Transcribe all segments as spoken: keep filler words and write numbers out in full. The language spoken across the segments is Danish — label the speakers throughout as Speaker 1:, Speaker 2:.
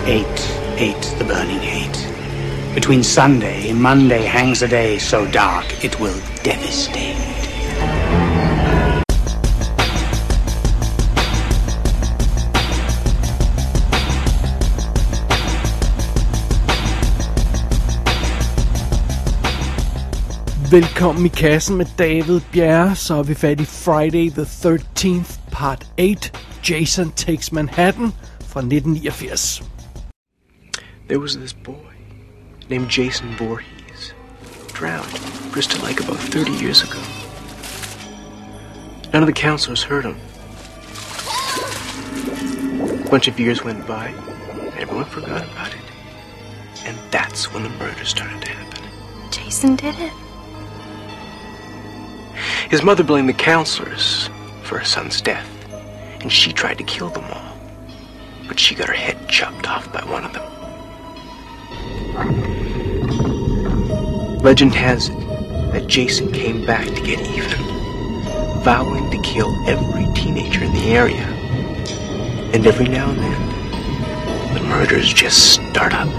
Speaker 1: Eight, eight, the burning eight. Between Sunday and Monday hangs a day so dark it will devastate.
Speaker 2: Velkommen i kassen med David Bjerre, så er vi fat i Friday the thirteenth, part eight, Jason Takes Manhattan fra nitten niogfirs.
Speaker 3: There was this boy named Jason Voorhees, drowned in Bristol Lake about thirty years ago. None of the counselors heard him. A bunch of years went by, and everyone forgot about it. And that's when the murder started to happen.
Speaker 4: Jason did it?
Speaker 3: His mother blamed the counselors for her son's death, and she tried to kill them all. But she got her head chopped off by one of them. Legend has it that Jason came back to get even, vowing to kill every teenager in the area. And every now and then, the murders just start up.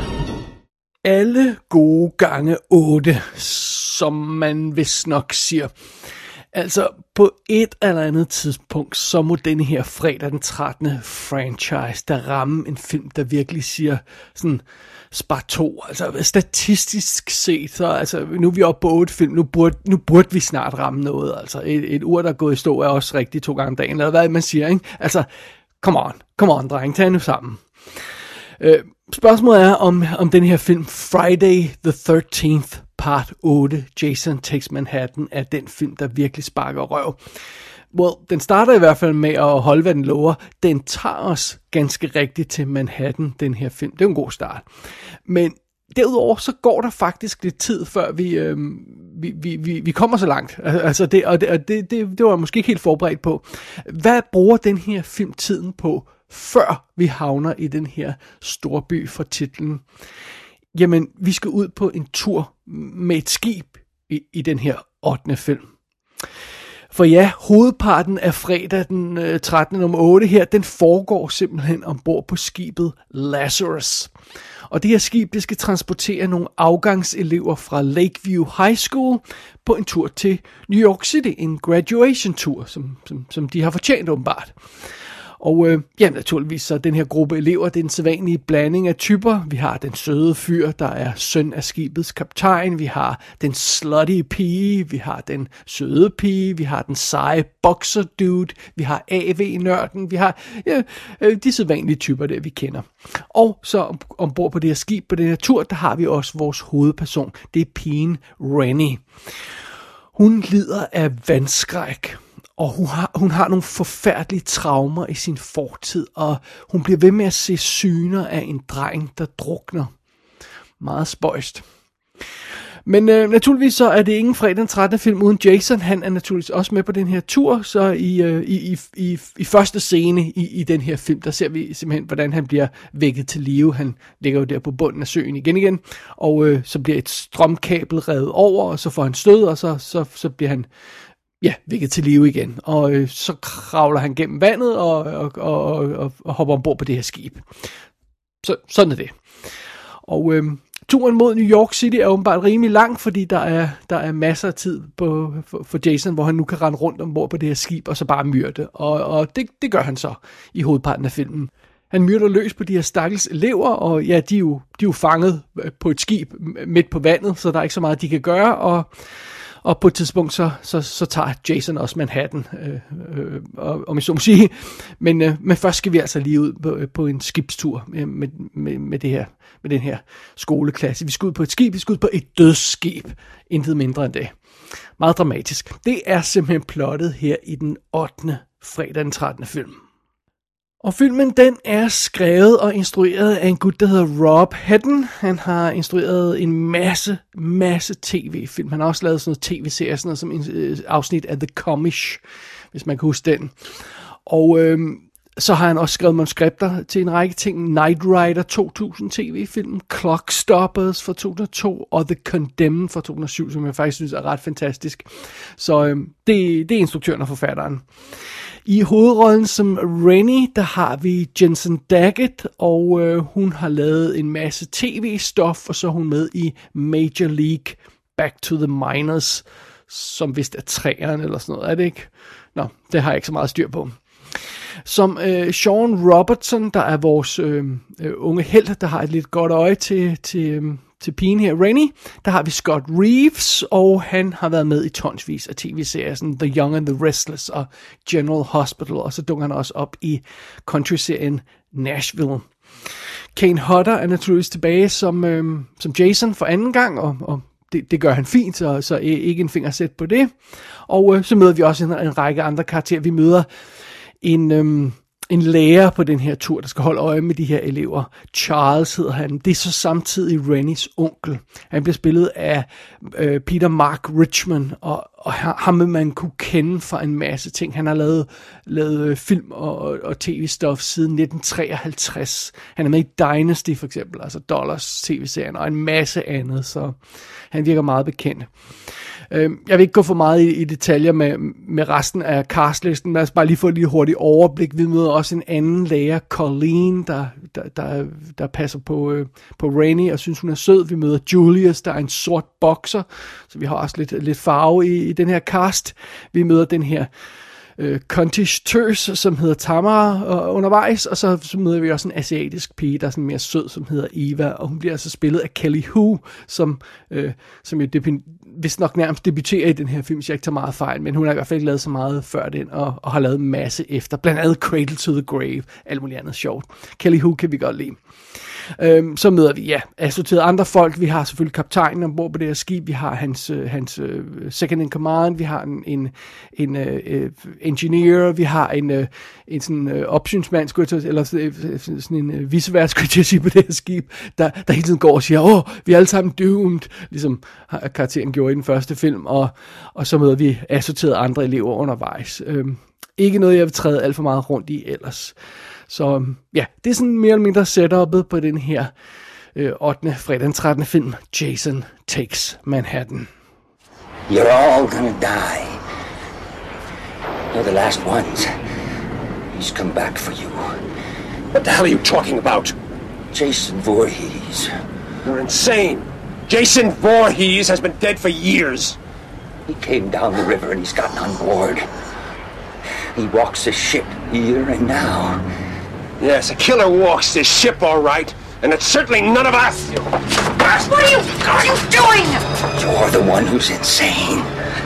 Speaker 2: Alle gode gange otte, som man vist nok siger. Altså, på et eller andet tidspunkt, så må denne her fredag den trettende franchise, der ramme en film, der virkelig siger sådan, spar to. Altså, statistisk set, så altså, nu er vi oppe på otte film, nu burde, nu burde vi snart ramme noget. Altså, et, et ur, der er gået i stå, er også rigtigt to gange om dagen, eller hvad man siger, ikke? Altså, come on, come on, dreng, tag nu sammen. Øh, spørgsmålet er, om, om den her film, Friday the thirteenth, part otte, Jason Takes Manhattan, er den film, der virkelig sparker røv. Well, den starter i hvert fald med at holde, hvad den lover. Den tager os ganske rigtigt til Manhattan, den her film. Det er en god start. Men derudover, så går der faktisk lidt tid, før vi, øh, vi, vi, vi, vi kommer så langt. Altså det, og det, og det, det, det var jeg måske ikke helt forberedt på. Hvad bruger den her film tiden på, før vi havner i den her storby fra titlen? Jamen, vi skal ud på en tur med et skib i, i den her ottende film. For ja, hovedparten af fredag den øh, trettende nummer otte her, den foregår simpelthen ombord på skibet Lazarus. Og det her skib, det skal transportere nogle afgangselever fra Lakeview High School på en tur til New York City, en graduation tour, som, som, som de har fortjent åbenbart. Og øh, ja, naturligvis så den her gruppe elever, det er en sædvanlige blanding af typer. Vi har den søde fyr, der er søn af skibets kaptajn. Vi har den slutty pige. Vi har den søde pige. Vi har den seje boxer dude. Vi har A V-nørden. Vi har ja, de sædvanlige typer, der vi kender. Og så ombord på det her skib, på den her tur, der har vi også vores hovedperson. Det er pigen Rennie. Hun lider af vandskræk. Og hun har, hun har nogle forfærdelige traumer i sin fortid, og hun bliver ved med at se syner af en dreng, der drukner. Meget spøjst. Men øh, naturligvis så er det ingen fredag den trettende film uden Jason. Han er naturligvis også med på den her tur, så i, øh, i, i, i, i første scene i, i den her film, der ser vi simpelthen, hvordan han bliver vækket til live. Han ligger jo der på bunden af søen igen igen, og øh, så bliver et strømkabel revet over, og så får han stød, og så, så, så bliver han... Ja, vækket til live igen, og øh, så kravler han gennem vandet og, og, og, og, og hopper ombord på det her skib. Så sådan er det. Og øh, turen mod New York City er åbenbart rimelig lang, fordi der er, der er masser af tid på, for, for Jason, hvor han nu kan rende rundt ombord på det her skib og så bare myrde. Og, og det, det gør han så i hovedparten af filmen. Han myrder løs på de her stakkels elever, og ja, de er jo, de er jo fanget på et skib midt på vandet, så der er ikke så meget, de kan gøre, og... Og på et tidspunkt, så, så, så tager Jason også Manhattan, øh, øh, om jeg så må sige. Men, øh, men først skal vi altså lige ud på, på en skibstur med, med, med, det her, med den her skoleklasse. Vi skal ud på et skib, vi skal ud på et dødsskib. Intet mindre end det. Meget dramatisk. Det er simpelthen plottet her i den ottende fredag den trettende film. Og filmen, den er skrevet og instrueret af en gut, der hedder Rob Hedden. Han har instrueret en masse, masse tv-film. Han har også lavet sådan noget tv-serie, sådan noget som en, øh, afsnit af The Commish, hvis man kan huske den. Og øh, Så har han også skrevet manuskripter til en række ting. Knight Rider to tusind tv-film, Clockstoppers fra to tusind og to og The Condemned fra to tusind og syv, som jeg faktisk synes er ret fantastisk. Så øh, det, det er instruktøren og forfatteren. I hovedrollen som Rennie, der har vi Jensen Daggett, og øh, hun har lavet en masse tv-stof, og så er hun med i Major League Back to the Minors, som vist er træeren eller sådan noget, er det ikke? Nå, det har jeg ikke så meget styr på. Som øh, Sean Robertson, der er vores øh, øh, unge helt, der har et lidt godt øje til, til, øh, til pigen her, Rennie. Der har vi Scott Reeves, og han har været med i tonsvis af tv-serier, sådan The Young and the Restless og General Hospital, og så dukker han også op i country-serien Nashville. Kane Hodder er naturligvis tilbage som, øh, som Jason for anden gang, og, og det, det gør han fint, så, så ikke en fingersæt på det. Og øh, så møder vi også en, en række andre karakterer. Vi møder en, øhm, en lærer på den her tur, der skal holde øje med de her elever. Charles hedder han. Det er så samtidig Rennies onkel. Han bliver spillet af øh, Peter Mark Richmond, og, og ham vil man kunne kende fra en masse ting. Han har lavet, lavet film og, og, og tv-stof siden nitten treoghalvtreds. Han er med i Dynasty for eksempel, altså Dollars tv-serien, og en masse andet, så han virker meget bekendt. Jeg vil ikke gå for meget i, i detaljer med, med resten af castlisten, men lad os bare lige få et lige hurtigt overblik. Vi møder også en anden lærer, Colleen, der, der, der, der passer på, øh, på Rennie og synes, hun er sød. Vi møder Julius, der er en sort bokser, så vi har også lidt, lidt farve i, i den her cast. Vi møder den her øh, Contish tøs, som hedder Tamara øh, undervejs, og så, så møder vi også en asiatisk pige, der er sådan mere sød, som hedder Eva, og hun bliver altså spillet af Kelly Hu, som, øh, som jo depen- hvis nok nærmest debuterer i den her film, så jeg ikke tager meget fejl, men hun har i hvert fald ikke lavet så meget før den, og, og har lavet en masse efter, blandt andet Cradle to the Grave, alt muligt andet sjovt. Kelly Hu kan vi godt lide. Øhm, så møder vi, ja, assorteret andre folk. Vi har selvfølgelig kaptajnen ombord på det her skib. Vi har hans, øh, hans øh, second in command. Vi har en, en, en øh, engineer. Vi har en, øh, en sådan øh, opsynsmand, skulle jeg til, eller sådan en øh, vicevært, skulle jeg sige, på det her skib, der, der hele tiden går og siger, åh, vi er alle sammen doomed, ligesom karakteren gjorde i den første film. Og, og så møder vi assorteret andre elever undervejs. Øhm, ikke noget, jeg vil træde alt for meget rundt i ellers. Så ja, det er sådan mere eller mindre setup'et på den her øh, ottende fredag den trettende film, Jason Takes Manhattan.
Speaker 4: You're all gonna die. You're the last ones. He's come back for you.
Speaker 5: What the hell are you talking about?
Speaker 4: Jason Voorhees.
Speaker 5: You're insane. Jason Voorhees has been dead for years.
Speaker 4: He came down the river and he's gotten on board. He walks the ship here and now.
Speaker 5: Yes, a killer walks this ship, all right. And it's certainly none of us. You bastard.
Speaker 6: What are you, are you doing?
Speaker 4: You're the one who's insane.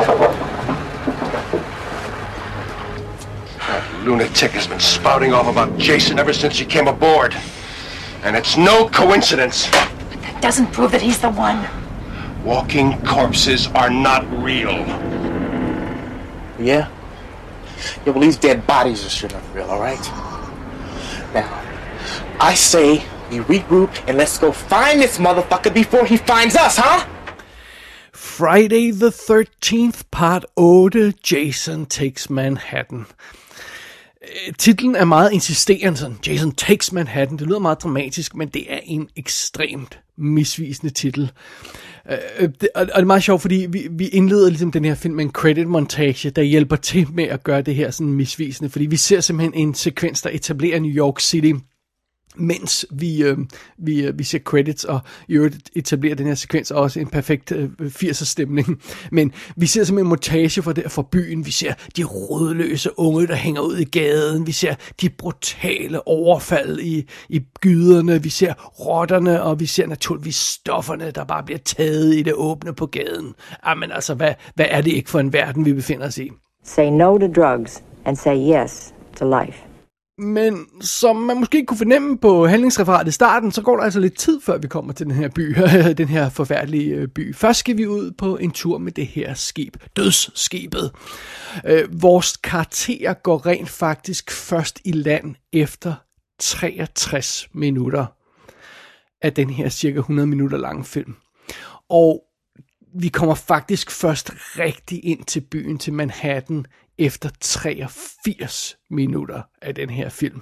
Speaker 5: That lunatic has been spouting off about Jason ever since he came aboard. And it's no coincidence.
Speaker 6: But that doesn't prove that he's the one.
Speaker 5: Walking corpses are not real.
Speaker 7: Yeah? Yeah, well, these dead bodies are sure not real, all right? Now, I say we regroup and let's go find this motherfucker before he finds us, huh?
Speaker 2: Friday the thirteenth, part otte, Jason Takes Manhattan. Titlen er meget insisterende, sådan, Jason Takes Manhattan. Det lyder meget dramatisk, men det er en ekstremt misvisende titel. Uh, det, og det er meget sjovt, fordi vi, vi indleder ligesom den her film med en credit-montage, der hjælper til med at gøre det her sådan misvisende, fordi vi ser simpelthen en sekvens, der etablerer New York City, mens vi, øh, vi, øh, vi ser credits, og i øvrigt etablerer den her sekvens også en perfekt øh, firser stemning. Men vi ser simpelthen en montage fra, der, fra byen. Vi ser de rodløse unge, der hænger ud i gaden. Vi ser de brutale overfald i, i gyderne. Vi ser rotterne, og vi ser naturligvis stofferne, der bare bliver taget i det åbne på gaden. Jamen altså, hvad, hvad er det ikke for en verden, vi befinder os i?
Speaker 8: Say no to drugs and say yes to life.
Speaker 2: Men som man måske kunne fornemme på handlingsreferatet i starten, så går der altså lidt tid, før vi kommer til den her by, den her forfærdelige by. Først skal vi ud på en tur med det her skib, dødsskibet. Øh, vores karakterer går rent faktisk først i land efter treogtres minutter af den her cirka hundrede minutter lange film. Og vi kommer faktisk først rigtig ind til byen, til Manhattan, efter treogfirs minutter af den her film.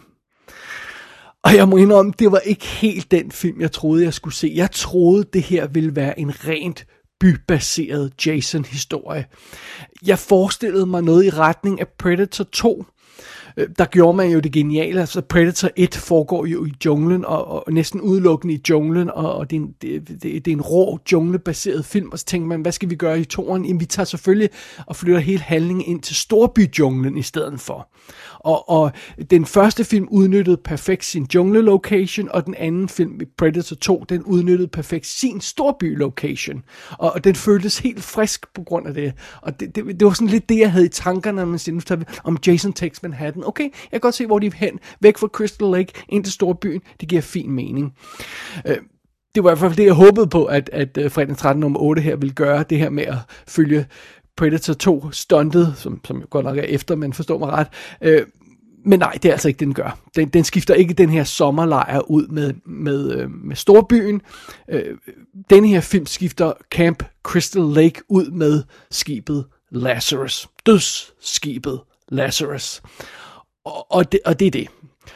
Speaker 2: Og jeg må indrømme, det var ikke helt den film, jeg troede, jeg skulle se. Jeg troede, det her ville være en rent bybaseret Jason-historie. Jeg forestillede mig noget i retning af Predator to. Der gjorde man jo det geniale, altså Predator et foregår jo i junglen, og, og næsten udelukkende i junglen, og, og det, er en, det, det, det er en rå junglebaseret film, og så tænker man, hvad skal vi gøre i toeren? Jamen, vi tager selvfølgelig og flytter hele handlingen ind til storbyjunglen i stedet for. Og, og den første film udnyttede perfekt sin jungle-location, og den anden film, Predator to, den udnyttede perfekt sin storby-location. Og, og den føltes helt frisk på grund af det. Og det, det, det var sådan lidt det, jeg havde i tankerne, når man siger, om Jason Takes Manhattan. Okay, jeg kan godt se, hvor de er hen. Væk fra Crystal Lake, ind til storbyen. Det giver fin mening. Øh, det var i hvert fald det, jeg håbede på, at, at uh, fredag tretten nummer otte her ville gøre, det her med at følge Predator to stuntet, som, som godt nok er efter, men forstår mig ret. Øh, men nej, det er altså ikke det, den gør. Den, den skifter ikke den her sommerlejr ud med, med, øh, med storbyen. Øh, denne her film skifter Camp Crystal Lake ud med skibet Lazarus. Dødsskibet Lazarus. Og, og, det, og det er det.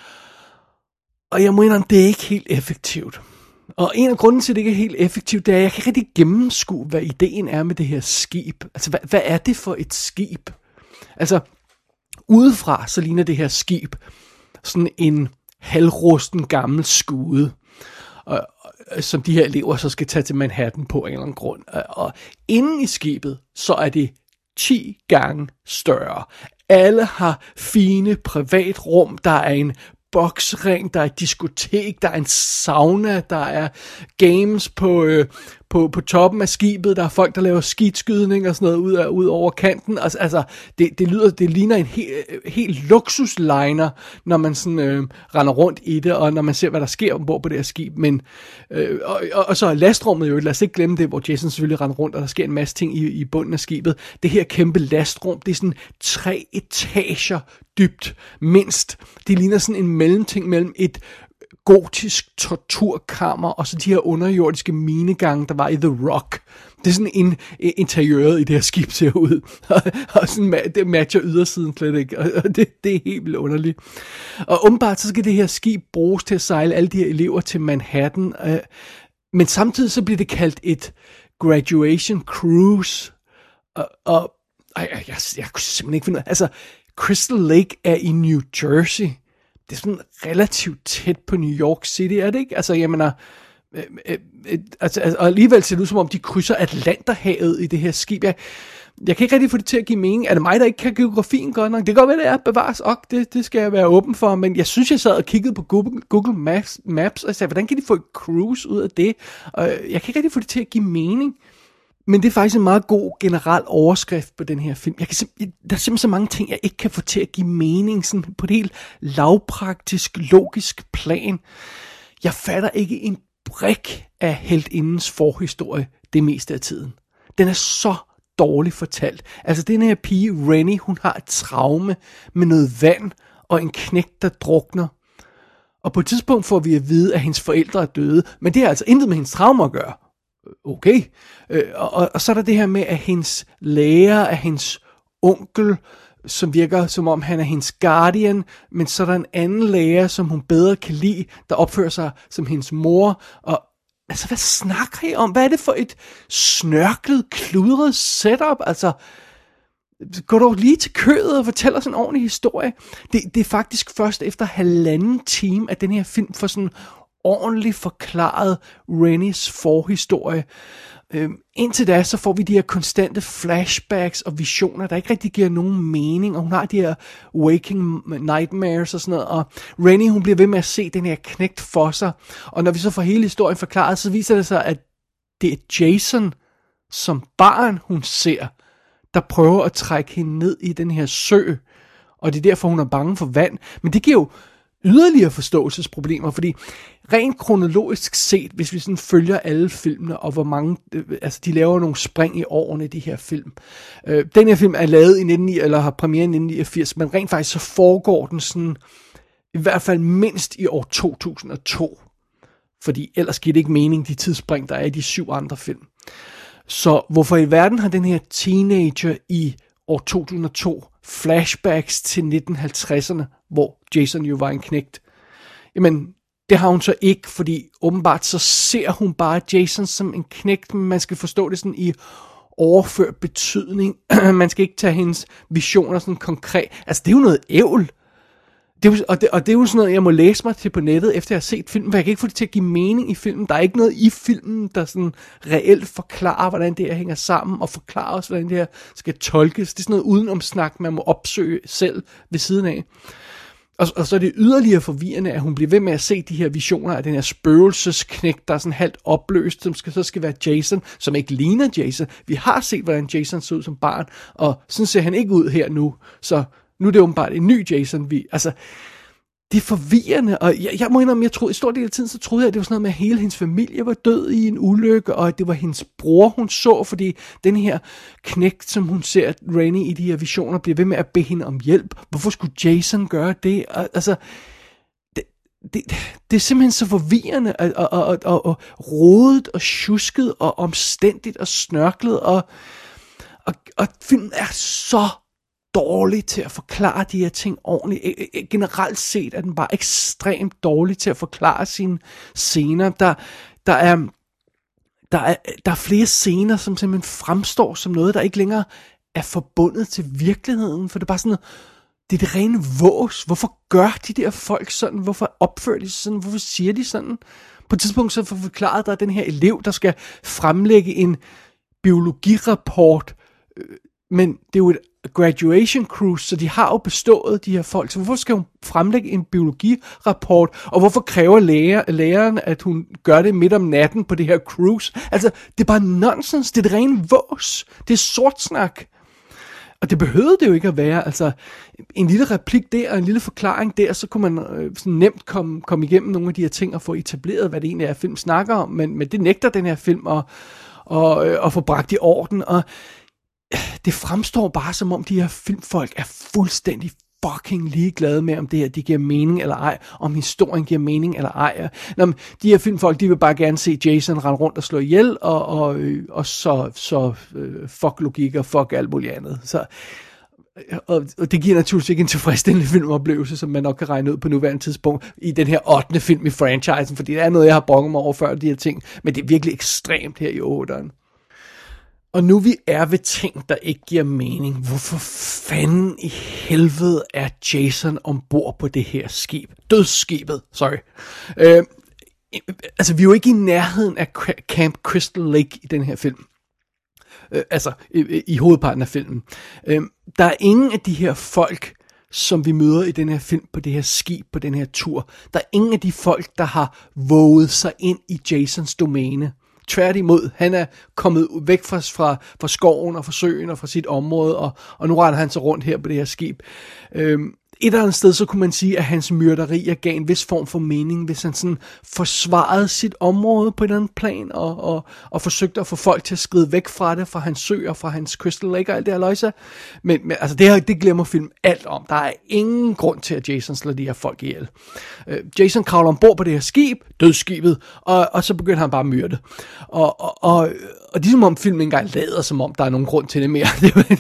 Speaker 2: Og jeg må indrømme, det er ikke helt effektivt. Og en af grunden til, at det ikke er helt effektivt, det er, at jeg kan ikke rigtig gennemskue, hvad ideen er med det her skib. Altså, hvad, hvad er det for et skib? Altså, udefra, så ligner det her skib sådan en halvrusten gammel skude, og, og, som de her elever så skal tage til Manhattan på en eller anden grund. Og, og inden i skibet, så er det ti gange større. Alle har fine privatrum, der er en boksring, der er et diskotek, der er en sauna, der er games på, øh, på, på toppen af skibet, der er folk, der laver skidskydning og sådan noget ud, af, ud over kanten. Altså, altså det, det lyder, det ligner en helt helt luksusliner, når man sådan øh, render rundt i det, og når man ser, hvad der sker ombord på det her skib. Men, øh, og, og, og så er lastrummet jo, lad os ikke glemme det, hvor Jason selvfølgelig render rundt, og der sker en masse ting i, i bunden af skibet. Det her kæmpe lastrum, det er sådan tre etager dybt, mindst. Det ligner sådan en mellemting mellem et gotisk torturkammer og så de her underjordiske minegange, der var i The Rock. Det er sådan en interiøret i det her skib ser ud. Og sådan, det matcher ydersiden slet ikke. Og det, det er helt vildt underligt. Og umiddelbart så skal det her skib bruges til at sejle alle de her elever til Manhattan. Men samtidig så bliver det kaldt et graduation cruise. Og, og jeg, jeg, jeg, jeg kunne simpelthen ikke finde ud af. Altså, Crystal Lake er i New Jersey. Det er sådan relativt tæt på New York City, er det ikke? Altså, jeg mener, øh, øh, øh, altså, altså, og alligevel ser det ud som om, de krydser Atlanterhavet i det her skib. Jeg, jeg kan ikke rigtig få det til at give mening. Er det mig, der ikke kan geografien godt nok? Det kan godt være, det er bevares. Og det, det skal jeg være åben for. Men jeg synes, jeg sad og kiggede på Google, Google Maps, Maps og sagde, hvordan kan de få et cruise ud af det? Og jeg kan ikke rigtig få det til at give mening. Men det er faktisk en meget god generel overskrift på den her film. Jeg kan simp- der er simpelthen så mange ting, jeg ikke kan få til at give mening sådan på et helt lavpraktisk, logisk plan. Jeg fatter ikke en brik af heltindens forhistorie det meste af tiden. Den er så dårligt fortalt. Altså den her pige, Rennie, hun har et traume med noget vand og en knægt, der drukner. Og på et tidspunkt får vi at vide, at hendes forældre er døde, men det har altså intet med hendes traume at gøre. Okay, øh, og, og så er der det her med, at hendes lærer er hendes onkel, som virker som om han er hendes guardian, men så er der en anden lærer, som hun bedre kan lide, der opfører sig som hendes mor, og altså hvad snakker I om? Hvad er det for et snørklet, kludret setup? Altså, gå dog lige til kødet og fortæl os en ordentlig historie. Det, det er faktisk først efter halvanden time, at den her film får sådan ordentligt forklaret Rennies forhistorie. Øhm, indtil da, så får vi de her konstante flashbacks og visioner, der ikke rigtig giver nogen mening, og hun har de her waking nightmares og sådan noget, og Rennie, hun bliver ved med at se den her knægt for sig, og når vi så får hele historien forklaret, så viser det sig, at det er Jason som barn, hun ser, der prøver at trække hende ned i den her sø, og det er derfor, hun er bange for vand, men det giver jo yderligere forståelsesproblemer, fordi rent kronologisk set, hvis vi sådan følger alle filmene, og hvor mange, øh, altså de laver nogle spring i årene, de her film. Øh, den her film er lavet i nitten ni, eller har premiere i nitten niogfirs, men rent faktisk så foregår den sådan, i hvert fald mindst i år to tusind og to. Fordi ellers giver det ikke mening, de tidsspring, der er i de syv andre film. Så hvorfor i verden har den her teenager i år to tusind og to flashbacks til nitten halvtredserne, hvor Jason jo var en knægt? Jamen, det har hun så ikke, fordi åbenbart så ser hun bare Jason som en knægt, men man skal forstå det sådan i overført betydning. Man skal ikke tage hendes visioner sådan konkret. Altså, det er jo noget ævl. Det er jo, og, det, og det er jo sådan noget, jeg må læse mig til på nettet, efter jeg har set filmen, for jeg kan ikke få det til at give mening i filmen. Der er ikke noget i filmen, der sådan reelt forklarer, hvordan det her hænger sammen, og forklarer os, hvordan det her skal tolkes. Det er sådan noget udenomsnak, man må opsøge selv ved siden af. Og, og så er det yderligere forvirrende, at hun bliver ved med at se de her visioner af den her spøgelsesknægt, der er sådan halvt opløst, som skal, så skal være Jason, som ikke ligner Jason. Vi har set, hvordan Jason så ud som barn, og sådan ser han ikke ud her nu. Så nu er det åbenbart en ny Jason. Vi, altså, det er forvirrende, og jeg, jeg må indrømme, jeg troede, i stor del af tiden, så troede jeg, at det var sådan noget med, at hele hendes familie var død i en ulykke, og at det var hendes bror, hun så, fordi den her knægt, som hun ser Rainey i de her visioner, bliver ved med at bede hende om hjælp. Hvorfor skulle Jason gøre det? Altså, det, det, det er simpelthen så forvirrende, og, og, og, og, og rodet, og tjusket, og omstændigt, og snørklet, og, og, og filmen er så dårlig til at forklare de her ting ordentligt. Generelt set er den bare ekstremt dårlig til at forklare sine scener. Der, der, er, der, er, der er flere scener, som simpelthen fremstår som noget, der ikke længere er forbundet til virkeligheden, for det er bare sådan noget, det er det rene vås. Hvorfor gør de der folk sådan? Hvorfor opfører de sådan? Hvorfor siger de sådan? På et tidspunkt så får forklaret, der er den her elev, der skal fremlægge en biologirapport, men det er jo et graduation cruise, så de har jo bestået, de her folk. Så hvorfor skal hun fremlægge en biologirapport, og hvorfor kræver lærer, læreren, at hun gør det midt om natten på det her cruise? Altså, det er bare nonsens. Det er det rene vås. Det er sortsnak. Og det behøvede det jo ikke at være. Altså, en lille replik der, og en lille forklaring der, så kunne man øh, sådan nemt komme, komme igennem nogle af de her ting, og få etableret, hvad det egentlig er, film snakker om. Men, men det nægter den her film at, og, øh, at få bragt i orden, og det fremstår bare som om de her filmfolk er fuldstændig fucking ligeglade med, om det her de giver mening eller ej, om historien giver mening eller ej. Nå, men de her filmfolk, de vil bare gerne se Jason rende rundt og slå ihjel, og, og, og så, så uh, fuck logik og fuck alt muligt andet. Så, og, og det giver naturligvis ikke en tilfredsstillende filmoplevelse, som man nok kan regne ud på nuværende tidspunkt, i den her ottende film i franchisen, fordi det er noget, jeg har brokket mig over før, de her ting, men det er virkelig ekstremt her i otteren. Og nu vi er ved ting, der ikke giver mening, hvorfor fanden i helvede er Jason ombord på det her skib? Dødsskibet, sorry. Øh, altså, vi er jo ikke i nærheden af Camp Crystal Lake i den her film. Øh, altså, i, i hovedparten af filmen. Øh, der er ingen af de her folk, som vi møder i den her film, på det her skib, på den her tur. Der er ingen af de folk, der har våget sig ind i Jasons domæne. Tværtimod, han er kommet væk fra, fra, fra skoven og fra søen og fra sit område, og, og nu render han sig rundt her på det her skib. Øhm, et eller andet sted, så kunne man sige, at hans myrderier gav en vis form for mening, hvis han sådan forsvarede sit område på et eller andet plan, og, og, og forsøgte at få folk til at skride væk fra det, fra hans sø og fra hans Crystal Lake og alt det her løjse. Men, men altså, det her, det glemmer film alt om. Der er ingen grund til, at Jason slår de her folk ihjel. Øh, Jason kravler ombord på det her skib, dødsskibet, og, og så begynder han bare at myrde. Og, og, og, og det er som om filmen ikke engang lader, som om der er nogen grund til det mere.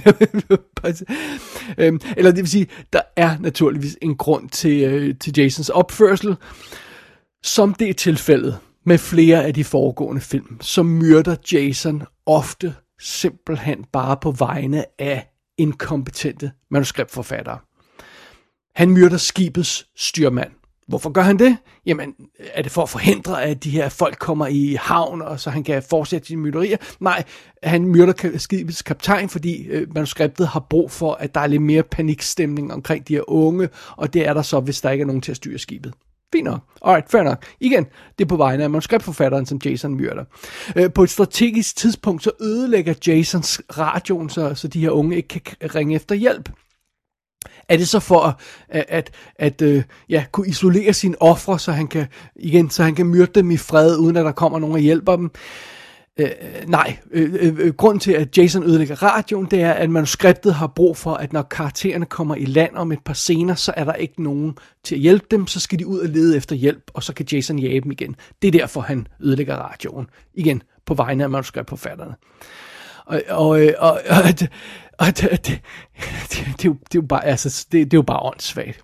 Speaker 2: øhm, eller det vil sige, der er naturligvis en grund til, øh, til Jasons opførsel, som det er tilfældet med flere af de foregående film, så myrder Jason ofte simpelthen bare på vegne af inkompetente manuskriptforfattere. Han myrder skibets styrmand. Hvorfor gør han det? Jamen, er det for at forhindre, at de her folk kommer i havn, og så han kan fortsætte sine myrderier? Nej, han myrder skibets kaptajn, fordi øh, manuskriptet har brug for, at der er lidt mere panikstemning omkring de her unge, og det er der så, hvis der ikke er nogen til at styre skibet. Fint nok. Alright, fair nok. Igen, det er på vegne af manuskriptforfatteren, som Jason myrder. Øh, på et strategisk tidspunkt, så ødelægger Jasons radioen, så, så de her unge ikke kan ringe efter hjælp. Er det så for at, at, at, at øh, ja, kunne isolere sine ofre, så han kan igen, så han kan myrde dem i fred, uden at der kommer nogen og hjælper dem? Øh, nej, øh, øh, grunden til, at Jason ødelægger radioen, det er, at manuskriptet har brug for, at når karaktererne kommer i land om et par scener, så er der ikke nogen til at hjælpe dem, så skal de ud og lede efter hjælp, og så kan Jason jage dem igen. Det er derfor, han ødelægger radioen. Igen, på vegne af manuskriptforfatterne. Og, og, og, og, og, det, og det, det, det, det, er jo, det er jo bare, altså, det, det er jo bare åndssvagt.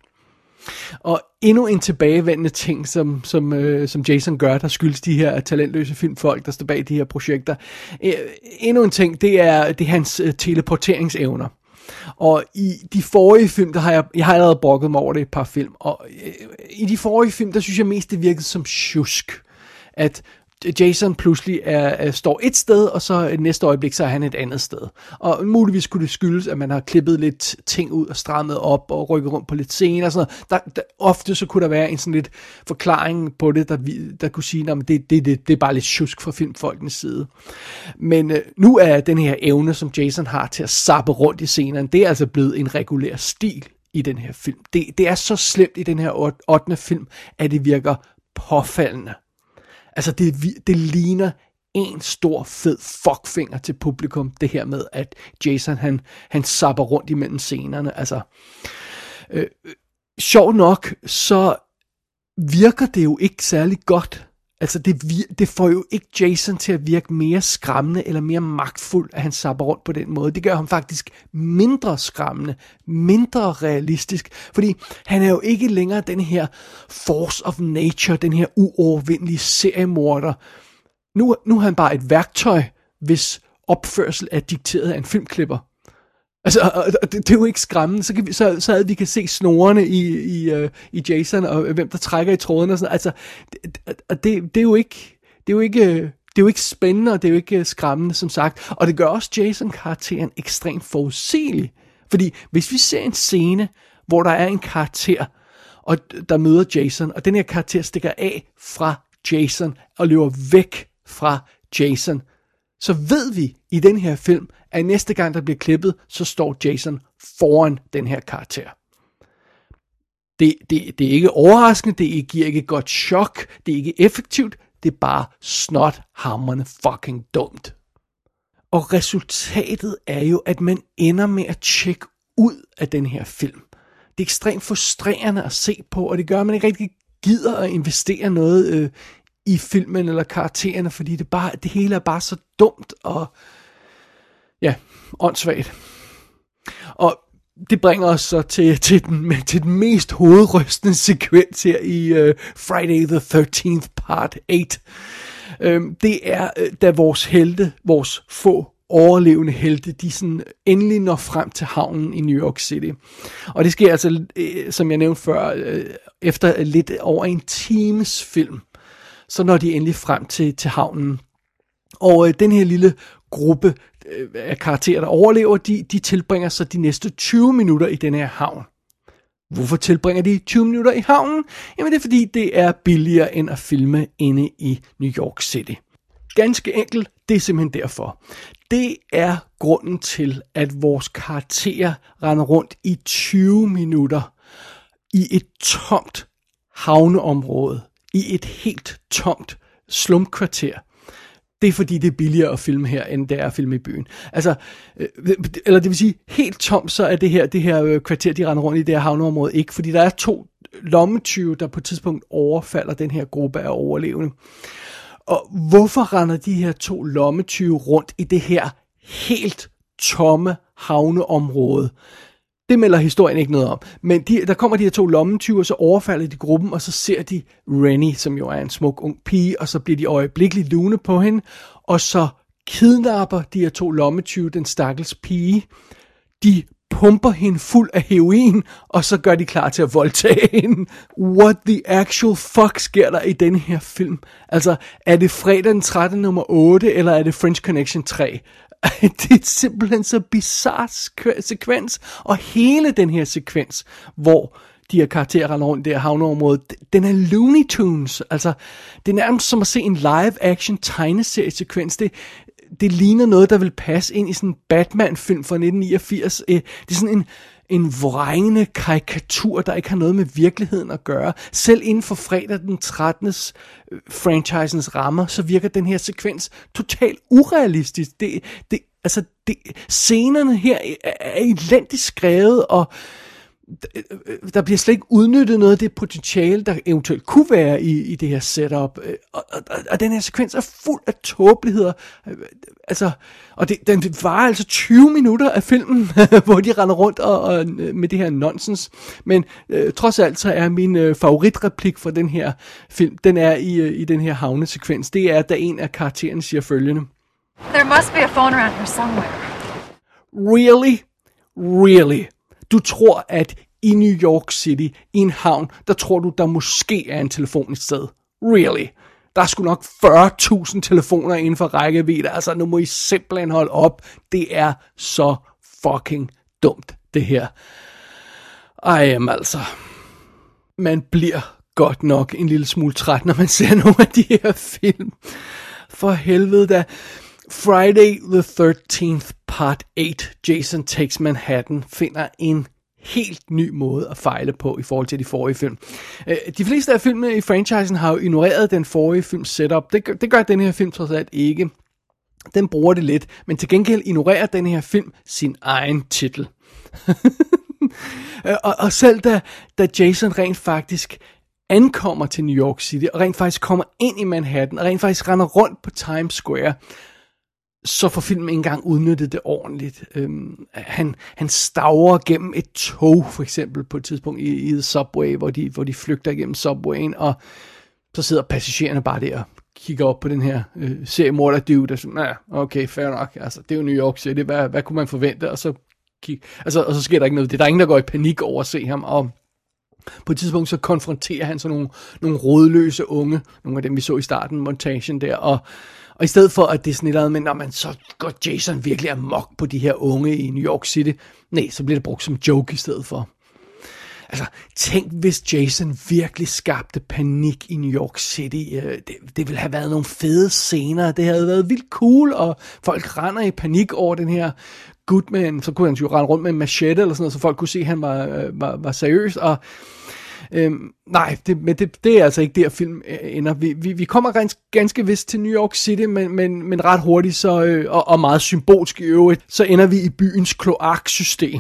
Speaker 2: Og endnu en tilbagevendende ting, som, som, øh, som Jason gør, der skyldes de her talentløse filmfolk, der står bag de her projekter. Øh, endnu en ting, det er, det er hans øh, teleporteringsevner. Og i de forrige film, der har jeg, jeg har allerede brokket mig over det et par film, og øh, i de forrige film, der synes jeg mest, det virkede som sjusk, at Jason pludselig er, er, står et sted, og så næste øjeblik, så er han et andet sted. Og muligvis kunne det skyldes, at man har klippet lidt ting ud og strammet op og rykket rundt på lidt scener og sådan noget. Der, der, ofte så kunne der være en sådan lidt forklaring på det, der, der kunne sige, at det, det, det, det er bare lidt tjusk fra filmfolkenes side. Men øh, nu er den her evne, som Jason har til at zappe rundt i scenerne, det er altså blevet en regulær stil i den her film. Det, det er så slemt i den her ottende film, at det virker påfaldende. Altså, det, det ligner en stor, fed fuckfinger til publikum, det her med, at Jason, han, han zapper rundt imellem scenerne. Altså, øh, sjovt nok, så virker det jo ikke særlig godt. Altså, det, det får jo ikke Jason til at virke mere skræmmende eller mere magtfuld, at han zapper rundt på den måde. Det gør ham faktisk mindre skræmmende, mindre realistisk, fordi han er jo ikke længere den her force of nature, den her uovervindelige seriemorder. Nu, nu er han bare et værktøj, hvis opførsel er dikteret af en filmklipper. Altså, det, det er jo ikke skræmmende, så, kan vi, så, så at vi kan se snorene i, i, uh, i Jason, og hvem der trækker i trådene og sådan. Altså, det, det, det er jo ikke, det er jo ikke, det er jo ikke spændende, og det er jo ikke skræmmende, som sagt. Og det gør også Jason-karakteren ekstremt forudsigelig. Fordi hvis vi ser en scene, hvor der er en karakter, og der møder Jason, og den her karakter stikker af fra Jason, og løber væk fra Jason, så ved vi i den her film, at næste gang der bliver klippet, så står Jason foran den her karakter. Det, det, det er ikke overraskende, det giver ikke et godt chok, det er ikke effektivt, det er bare snot hamrende fucking dumt. Og resultatet er jo, at man ender med at tjekke ud af den her film. Det er ekstremt frustrerende at se på, og det gør, at man ikke rigtig gider at investere noget øh, i filmen eller karaktererne, fordi det, bare, det hele er bare så dumt og ja, åndssvagt. Og det bringer os så til, til, den, til den mest hovedrystende sekvens her i uh, Friday the thirteenth part otte. Um, det er, da vores helte, vores få overlevende helte, de sådan endelig når frem til havnen i New York City. Og det sker altså, som jeg nævnte før, efter lidt over en times film, så når de endelig frem til, til havnen. Og øh, den her lille gruppe øh, af karakterer, der overlever, de, de tilbringer så de næste tyve minutter i den her havn. Hvorfor tilbringer de tyve minutter i havnen? Jamen det er fordi, det er billigere end at filme inde i New York City. Ganske enkelt, det er simpelthen derfor. Det er grunden til, at vores karakterer render rundt i tyve minutter i et tomt havneområde, i et helt tomt slumkvarter. Det er fordi, det er billigere at filme her, end det er at filme i byen. Altså, eller det vil sige, helt tomt, så er det her, det her kvarter, de render rundt i det her havneområde, ikke. Fordi der er to lommetyve, der på et tidspunkt overfalder den her gruppe af overlevende. Og hvorfor render de her to lommetyve rundt i det her helt tomme havneområde? Det melder historien ikke noget om. Men de, der kommer de her to lommetyve, og så overfalder de gruppen, og så ser de Rennie, som jo er en smuk ung pige, og så bliver de øjeblikkeligt lune på hende, og så kidnapper de her to lommetyve den stakkels pige. De pumper hende fuld af heroin, og så gør de klar til at voldtage hende. What the actual fuck sker der i denne her film? Altså, er det fredag den trettende nummer otte, eller er det French Connection tre? Det er simpelthen så bizarre sekvens, og hele den her sekvens, hvor de her karakterer render rundt i det her havneområde, den er Looney Tunes. Altså, det er nærmest som at se en live-action tegneseriesekvens. Det, det ligner noget, der vil passe ind i sådan en Batman-film fra nitten niogfirs. Det er sådan en, en vrængende karikatur, der ikke har noget med virkeligheden at gøre. Selv inden for fredag den trettende franchisens rammer, så virker den her sekvens totalt urealistisk. Det, det, altså, det, scenerne her er, er elendigt skrevet, og der bliver slet ikke udnyttet noget af det potentiale, der eventuelt kunne være i, i det her setup. Og, og, og den her sekvens er fuld af tåbeligheder. Altså, og det, den varer altså tyve minutter af filmen, hvor de render rundt og, og, med det her nonsens. Men øh, trods alt så er min øh, favoritreplik fra den her film, den er i, øh, i den her havnesekvens. Det er, da en af karaktererne siger følgende.
Speaker 6: There must be a phone around here somewhere.
Speaker 2: Really? Really? Du tror, at i New York City, i en havn, der tror du, der måske er en telefon et sted. Really? Der er sgu nok fyrre tusind telefoner inden for rækkevidde. Altså, nu må I simpelthen holde op. Det er så fucking dumt, det her. Ej, jamen altså. Man bliver godt nok en lille smule træt, når man ser nogle af de her film. For helvede da. Friday the thirteenth Part otte, Jason Takes Manhattan, finder en helt ny måde at fejle på i forhold til de forrige film. De fleste af filmene i franchisen har jo ignoreret den forrige films setup. Det gør, det gør den her film trods alt ikke. Den bruger det lidt, men til gengæld ignorerer den her film sin egen titel. og, og selv da, da Jason rent faktisk ankommer til New York City, og rent faktisk kommer ind i Manhattan, og rent faktisk render rundt på Times Square, så får filmen ikke engang udnyttet det ordentligt. Øhm, han, han stavrer gennem et tog, for eksempel, på et tidspunkt i, i The Subway, hvor de, hvor de flygter gennem Subwayen, og så sidder passagererne bare der og kigger op på den her øh, seriemorder-dude, og så, ja, okay, fair nok, altså, det er jo New York City, hvad, hvad kunne man forvente? Og så, kig, altså, og så sker der ikke noget. Det er der ingen, der går i panik over at se ham, og på et tidspunkt så konfronterer han sådan nogle, nogle rådløse unge, nogle af dem vi så i starten, montagen der, og Og i stedet for, at det er sådan et eller andet, men, man, så går Jason virkelig amok på de her unge i New York City. Nej, så bliver det brugt som joke i stedet for. Altså, tænk hvis Jason virkelig skabte panik i New York City. Det, det ville have været nogle fede scener. Det havde været vildt cool, og folk render i panik over den her Goodman. Så kunne han jo rende rundt med en machete eller sådan noget, så folk kunne se, at han var, var, var seriøs. Og Øhm, nej, det, men det, det er altså ikke der film ender. Vi, vi, vi kommer ganske, ganske vist til New York City, men, men, men ret hurtigt så, øh, og, og meget symbolsk i øvrigt, så ender vi i byens kloaksystem.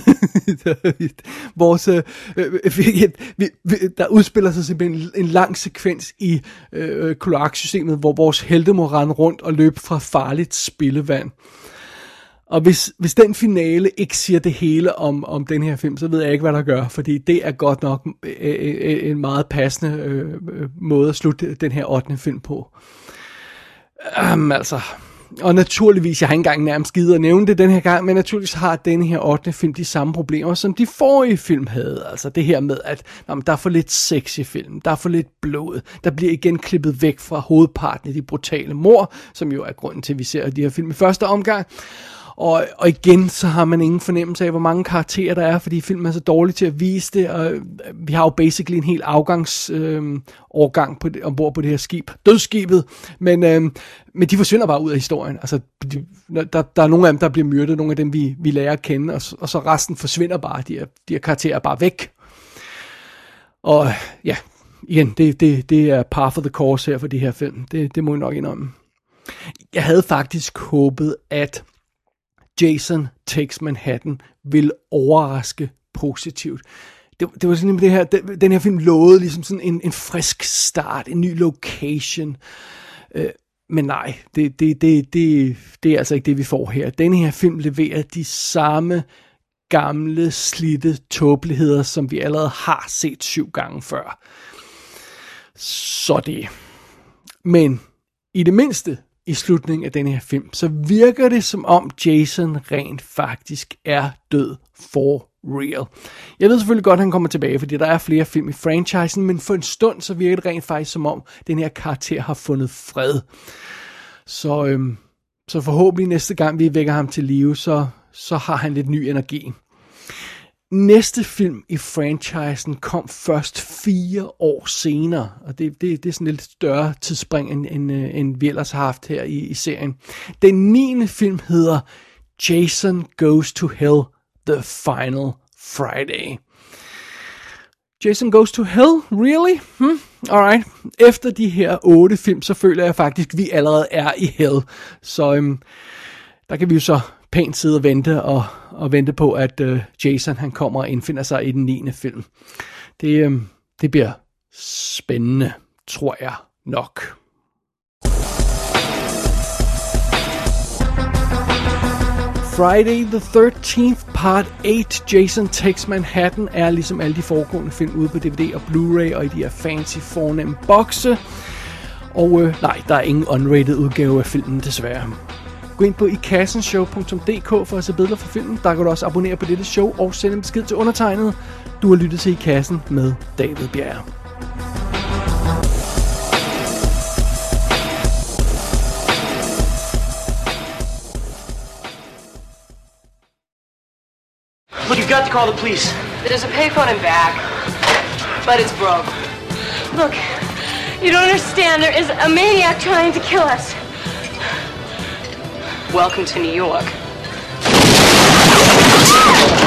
Speaker 2: Vores, øh, vi, vi, der udspiller sig simpelthen en, en lang sekvens i øh, kloaksystemet, hvor vores helte må rende rundt og løbe fra farligt spildevand. Og hvis, hvis den finale ikke siger det hele om, om den her film, så ved jeg ikke, hvad der gør, fordi det er godt nok øh, en meget passende øh, måde at slutte den her ottende film på. Um, altså, og naturligvis, jeg har ikke engang nærmest givet at nævne det den her gang, men naturligvis har denne her ottende film de samme problemer, som de forrige film havde. Altså det her med, at jamen, der er for lidt sex i filmen, der er for lidt blod, der bliver igen klippet væk fra hovedparten af de brutale mord, som jo er grunden til, at vi ser de her film i første omgang. Og, og igen, så har man ingen fornemmelse af, hvor mange karakterer der er, fordi filmen er så dårlig til at vise det, og vi har jo basically en helt afgangsårgang øh, på det, ombord på det her skib, dødsskibet, men, øh, men de forsvinder bare ud af historien. Altså, de, der, der er nogle af dem, der bliver myrdet, nogle af dem, vi, vi lærer at kende, og, og så resten forsvinder bare, de her, de her karakterer er bare væk. Og ja, igen, det, det, det er par for the course her for de her film, det, det må jeg nok indrømme. Jeg havde faktisk håbet, at Jason Takes Manhattan vil overraske positivt. Det, det var sådan det her, den, den her film lovede ligesom sådan en, en frisk start, en ny location. Øh, men nej, det, det, det, det, det er altså ikke det, vi får her. Denne her film leverer de samme gamle, slidte tåbeligheder, som vi allerede har set syv gange før. Så det. Men i det mindste, i slutningen af denne her film, så virker det som om Jason rent faktisk er død for real. Jeg ved selvfølgelig godt, at han kommer tilbage, fordi der er flere film i franchisen, men for en stund så virker det rent faktisk som om, den her karakter har fundet fred. Så, øhm, så forhåbentlig næste gang vi vækker ham til live, så, så har han lidt ny energi. Næste film i franchisen kom først fire år senere, og det, det, det er sådan et lidt større tidsspring, end, end, end vi ellers har haft her i, i serien. Den niende film hedder Jason Goes to Hell, The Final Friday. Jason Goes to Hell? Really? Hmm? Alright. Efter de her otte film, så føler jeg faktisk, at vi allerede er i Hell. Så øhm, der kan vi jo så pænt sidde og vente, og, og vente på, at øh, Jason han kommer og indfinder sig i den niende film. Det, øhm, det bliver spændende, tror jeg nok. Friday the thirteenth Part otte, Jason Takes Manhattan, er ligesom alle de foregående film ude på D V D og Blu-ray og i de her fancy fornemme bokse. Og øh, nej, der er ingen unrated udgave af filmen desværre. Gå ind på i kassen show punktum d k for at se billeder fra filmen. Der kan du også abonnere på dette show og sende en besked til undertegnet. Du har lyttet til I Kassen med David Bjerre.
Speaker 9: Look, you've got to call the police.
Speaker 10: There's a payphone in back, but it's broke. Look, you don't understand. There is a maniac trying to kill us. Welcome to New York.